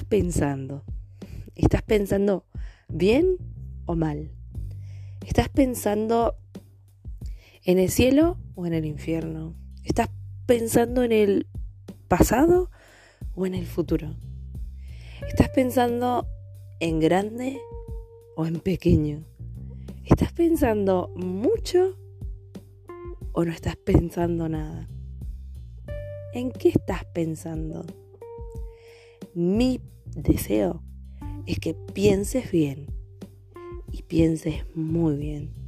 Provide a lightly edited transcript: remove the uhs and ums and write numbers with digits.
pensando? ¿Estás pensando bien o mal? ¿Estás pensando en el cielo o en el infierno? ¿Estás pensando en el pasado o en el futuro? ¿Estás pensando en grande o en pequeño? ¿Estás pensando mucho o no estás pensando nada? ¿En qué estás pensando? Mi deseo es que pienses bien y pienses muy bien.